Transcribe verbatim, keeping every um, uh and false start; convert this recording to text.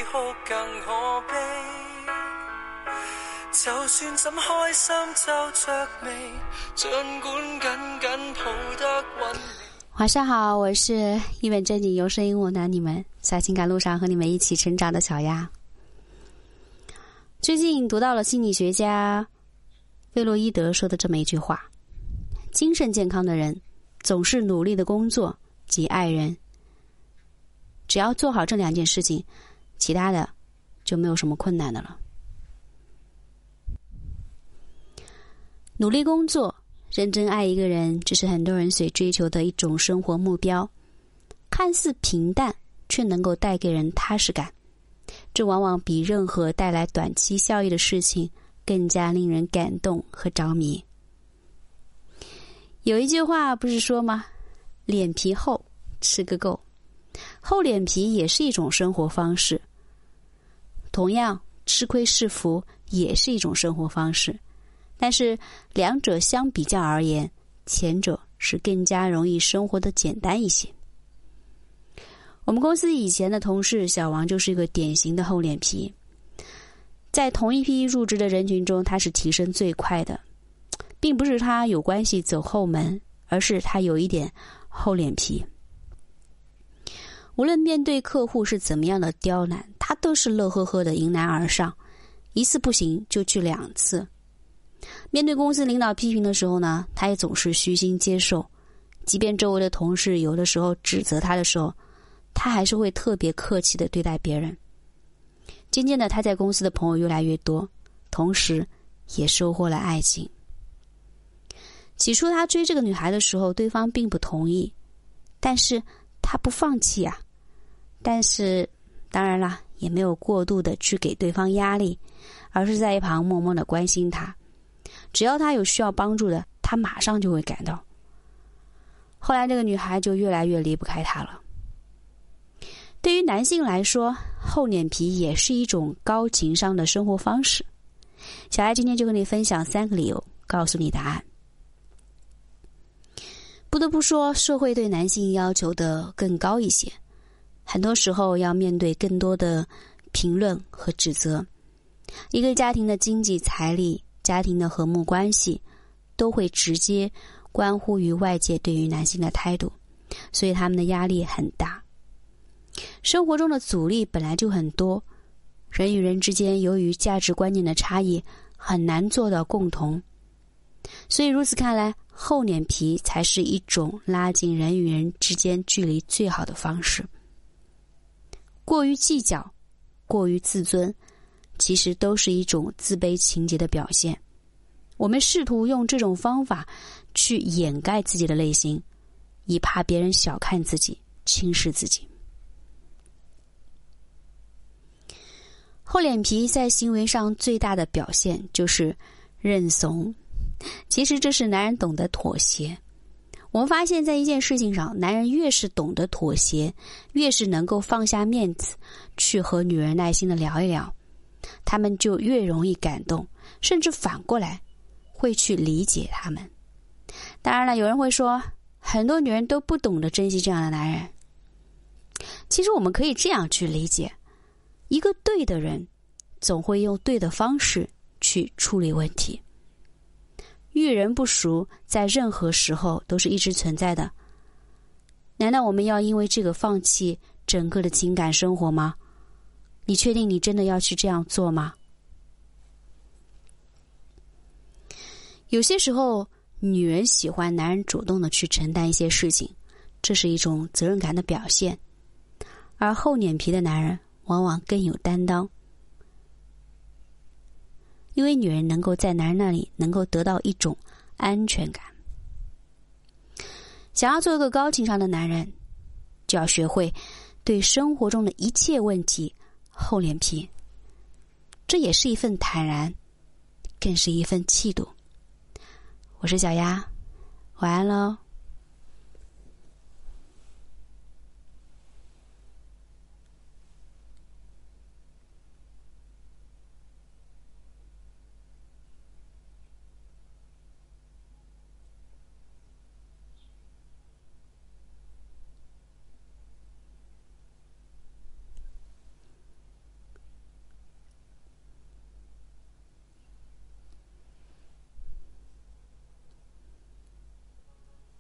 哭更可悲，就算怎開心皺着眉，儘管緊緊抱得穩。 晚上好，我是一本正经有声音我男你们在情感路上和你们一起成长的小鸭。最近读到了心理学家弗洛伊德说的这么一句话：精神健康的人总是努力的工作及爱人，只要做好这两件事情，其他的就没有什么困难的了。努力工作，认真爱一个人，这是很多人所追求的一种生活目标，看似平淡，却能够带给人踏实感。这往往比任何带来短期效益的事情更加令人感动和着迷。有一句话不是说吗？脸皮厚，吃个够。厚脸皮也是一种生活方式，同样吃亏是福也是一种生活方式，但是两者相比较而言，前者是更加容易生活的简单一些。我们公司以前的同事小王就是一个典型的厚脸皮，在同一批入职的人群中，他是提升最快的，并不是他有关系走后门，而是他有一点厚脸皮。无论面对客户是怎么样的刁难，他都是乐呵呵的迎难而上，一次不行就去两次。面对公司领导批评的时候呢，他也总是虚心接受，即便周围的同事有的时候指责他的时候，他还是会特别客气地对待别人。渐渐的，他在公司的朋友越来越多，同时也收获了爱情。起初他追这个女孩的时候，对方并不同意，但是他不放弃啊。但是当然啦，也没有过度的去给对方压力，而是在一旁默默的关心他。只要他有需要帮助的，他马上就会赶到。后来这个女孩就越来越离不开他了。对于男性来说，厚脸皮也是一种高情商的生活方式。小爱今天就跟你分享三个理由，告诉你答案。不得不说，社会对男性要求的更高一些，很多时候要面对更多的评论和指责。一个家庭的经济财力，家庭的和睦关系，都会直接关乎于外界对于男性的态度，所以他们的压力很大。生活中的阻力本来就很多，人与人之间由于价值观念的差异，很难做到共同。所以如此看来，厚脸皮才是一种拉近人与人之间距离最好的方式。过于计较，过于自尊，其实都是一种自卑情节的表现。我们试图用这种方法去掩盖自己的内心，以怕别人小看自己，轻视自己。厚脸皮在行为上最大的表现就是认怂。其实这是男人懂得妥协。我们发现在一件事情上，男人越是懂得妥协，越是能够放下面子去和女人耐心的聊一聊，他们就越容易感动，甚至反过来会去理解他们。当然了，有人会说很多女人都不懂得珍惜这样的男人。其实我们可以这样去理解，一个对的人总会用对的方式去处理问题。遇人不淑在任何时候都是一直存在的，难道我们要因为这个放弃整个的情感生活吗？你确定你真的要去这样做吗？有些时候女人喜欢男人主动的去承担一些事情，这是一种责任感的表现，而厚脸皮的男人往往更有担当，因为女人能够在男人那里能够得到一种安全感。想要做一个高情商的男人，就要学会对生活中的一切问题厚脸皮，这也是一份坦然，更是一份气度。我是小丫，晚安喽。